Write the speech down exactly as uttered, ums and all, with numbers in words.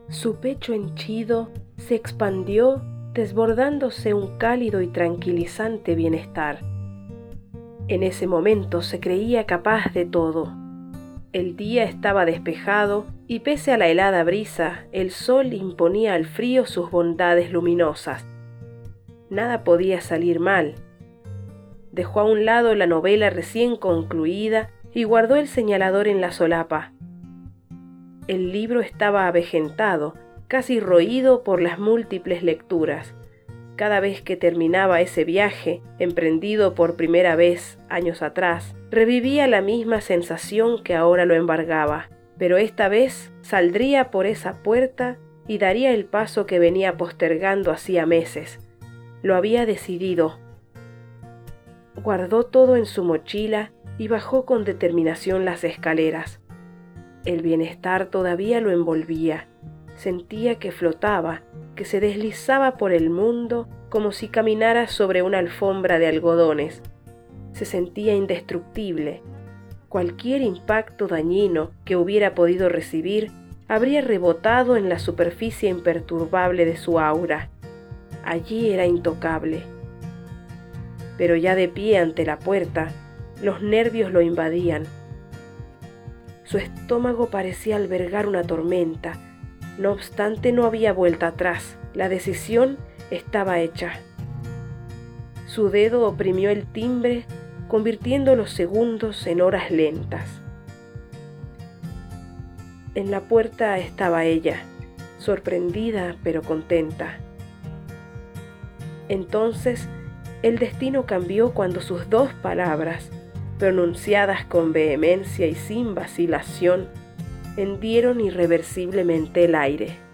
Su pecho henchido se expandió, desbordándose un cálido y tranquilizante bienestar. En ese momento se creía capaz de todo. El día estaba despejado y pese a la helada brisa, el sol imponía al frío sus bondades luminosas. Nada podía salir mal. Dejó a un lado la novela recién concluida y guardó el señalador en la solapa. El libro estaba avejentado, casi roído por las múltiples lecturas. Cada vez que terminaba ese viaje, emprendido por primera vez años atrás, revivía la misma sensación que ahora lo embargaba, pero esta vez saldría por esa puerta y daría el paso que venía postergando hacía meses. Lo había decidido. Guardó todo en su mochila y bajó con determinación las escaleras. El bienestar todavía lo envolvía. Sentía que flotaba, que se deslizaba por el mundo como si caminara sobre una alfombra de algodones. Se sentía indestructible. Cualquier impacto dañino que hubiera podido recibir habría rebotado en la superficie imperturbable de su aura. Allí era intocable. Pero ya de pie ante la puerta, los nervios lo invadían. Su estómago parecía albergar una tormenta. No obstante, no había vuelta atrás. La decisión estaba hecha. Su dedo oprimió el timbre, convirtiendo los segundos en horas lentas. En la puerta estaba ella, sorprendida pero contenta. Entonces, el destino cambió cuando sus dos palabras, pronunciadas con vehemencia y sin vacilación, hendieron irreversiblemente el aire.